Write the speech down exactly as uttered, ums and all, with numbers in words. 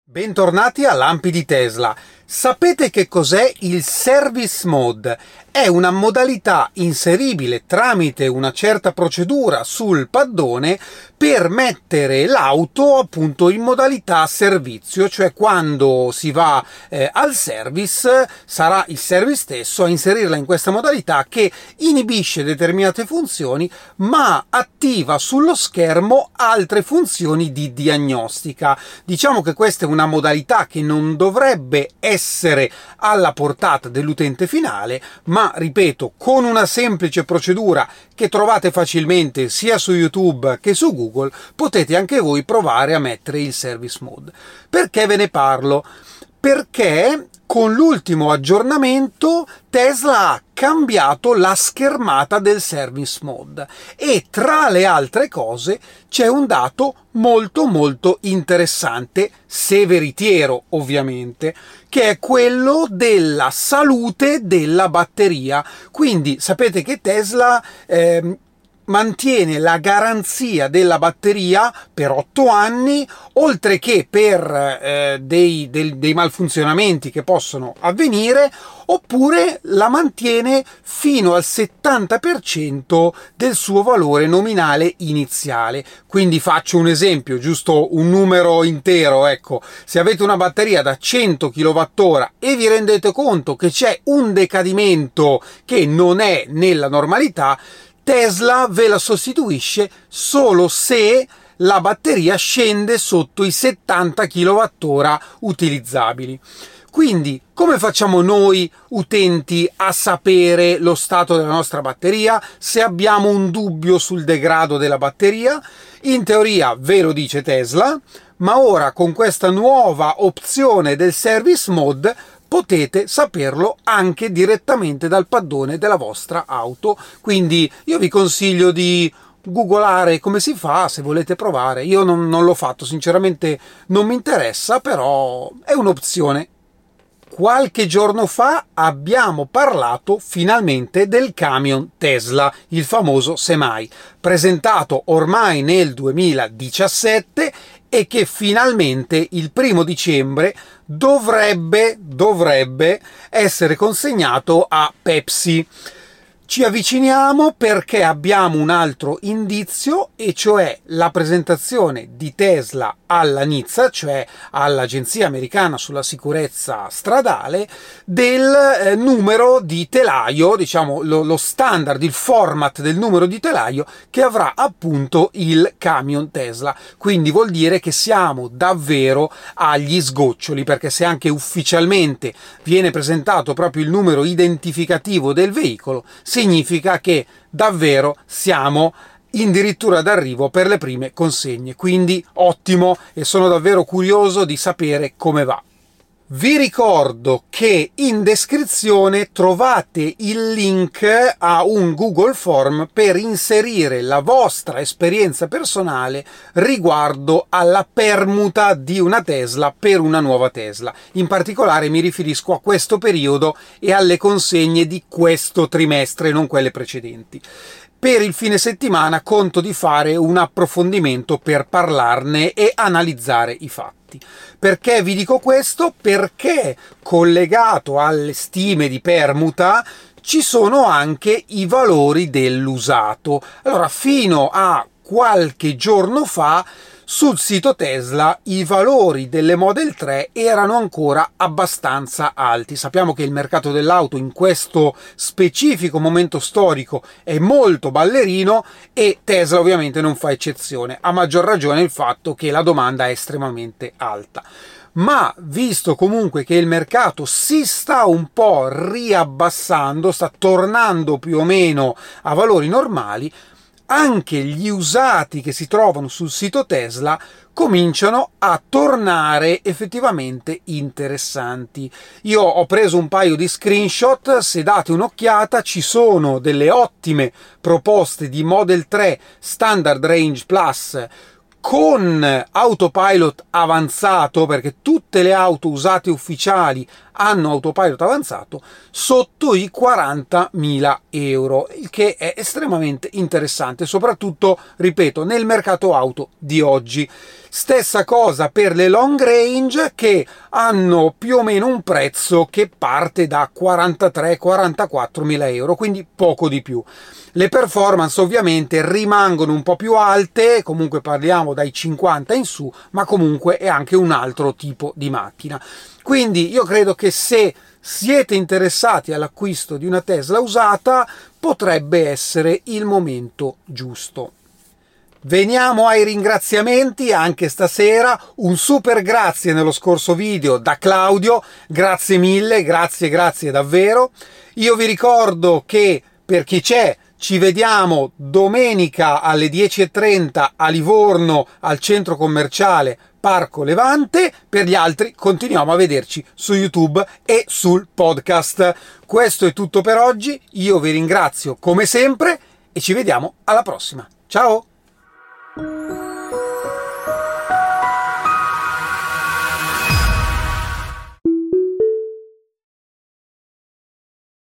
Bentornati a Lampi di Tesla. Sapete che cos'è il Service Mode? È una modalità inseribile tramite una certa procedura sul paddone per mettere l'auto appunto in modalità servizio, cioè quando si va eh, al service sarà il service stesso a inserirla in questa modalità che inibisce determinate funzioni ma attiva sullo schermo altre funzioni di diagnostica. Diciamo che questa è una modalità che non dovrebbe essere alla portata dell'utente finale, ma ripeto, con una semplice procedura che trovate facilmente sia su YouTube che su Google, potete anche voi provare a mettere il Service Mode. Perché ve ne parlo? Perché con l'ultimo aggiornamento Tesla ha cambiato la schermata del Service Mode e tra le altre cose c'è un dato molto molto interessante, se veritiero ovviamente, che è quello della salute della batteria. Quindi sapete che Tesla eh, mantiene la garanzia della batteria per otto anni, oltre che per eh, dei, dei, dei malfunzionamenti che possono avvenire, oppure la mantiene fino al settanta per cento del suo valore nominale iniziale. Quindi faccio un esempio, giusto un numero intero, ecco, se avete una batteria da cento chilowattora e vi rendete conto che c'è un decadimento che non è nella normalità, Tesla ve la sostituisce solo se la batteria scende sotto i settanta chilowattora utilizzabili. Quindi, come facciamo noi utenti a sapere lo stato della nostra batteria? Se abbiamo un dubbio sul degrado della batteria, in teoria ve lo dice Tesla, ma ora con questa nuova opzione del Service Mode potete saperlo anche direttamente dal paddone della vostra auto. Quindi io vi consiglio di googolare come si fa se volete provare. Io non, non l'ho fatto, sinceramente non mi interessa, però è un'opzione. Qualche giorno fa abbiamo parlato finalmente del camion Tesla, il famoso Semi, presentato ormai nel duemiladiciassette e che finalmente il primo dicembre dovrebbe, dovrebbe essere consegnato a Pepsi. Ci avviciniamo perché abbiamo un altro indizio, e cioè la presentazione di Tesla alla NHTSA, cioè all'Agenzia Americana sulla Sicurezza Stradale, del eh, numero di telaio, diciamo lo, lo standard, il format del numero di telaio che avrà appunto il camion Tesla. Quindi vuol dire che siamo davvero agli sgoccioli, perché se anche ufficialmente viene presentato proprio il numero identificativo del veicolo, significa che davvero siamo addirittura d'arrivo per le prime consegne. Quindi ottimo, e sono davvero curioso di sapere come va. Vi ricordo che in descrizione trovate il link a un Google Form per inserire la vostra esperienza personale riguardo alla permuta di una Tesla per una nuova Tesla. In particolare mi riferisco a questo periodo e alle consegne di questo trimestre, non quelle precedenti. Per il fine settimana conto di fare un approfondimento per parlarne e analizzare i fatti. Perché vi dico questo? Perché collegato alle stime di permuta ci sono anche i valori dell'usato. Allora, fino a qualche giorno fa sul sito Tesla i valori delle Model tre erano ancora abbastanza alti. Sappiamo che il mercato dell'auto in questo specifico momento storico è molto ballerino e Tesla ovviamente non fa eccezione, a maggior ragione il fatto che la domanda è estremamente alta. Ma visto comunque che il mercato si sta un po' riabbassando, sta tornando più o meno a valori normali, anche gli usati che si trovano sul sito Tesla cominciano a tornare effettivamente interessanti. Io ho preso un paio di screenshot, se date un'occhiata ci sono delle ottime proposte di Model tre Standard Range Plus con autopilot avanzato, perché tutte le auto usate ufficiali hanno autopilot avanzato sotto i quarantamila euro, il che è estremamente interessante, soprattutto, ripeto, nel mercato auto di oggi. Stessa cosa per le long range, che hanno più o meno un prezzo che parte da quarantatré quarantaquattro mila euro, quindi poco di più. Le performance ovviamente rimangono un po' più alte, comunque parliamo dai cinquanta in su, ma comunque è anche un altro tipo di macchina. Quindi io credo che se siete interessati all'acquisto di una Tesla usata, potrebbe essere il momento giusto. Veniamo ai ringraziamenti anche stasera. Un super grazie nello scorso video da Claudio, grazie mille, grazie, grazie davvero. Io vi ricordo che per chi c'è, ci vediamo domenica alle dieci e trenta a Livorno al centro commerciale Parco Levante. Per gli altri continuiamo a vederci su YouTube e sul podcast. Questo è tutto per oggi, io vi ringrazio come sempre e ci vediamo alla prossima. Ciao!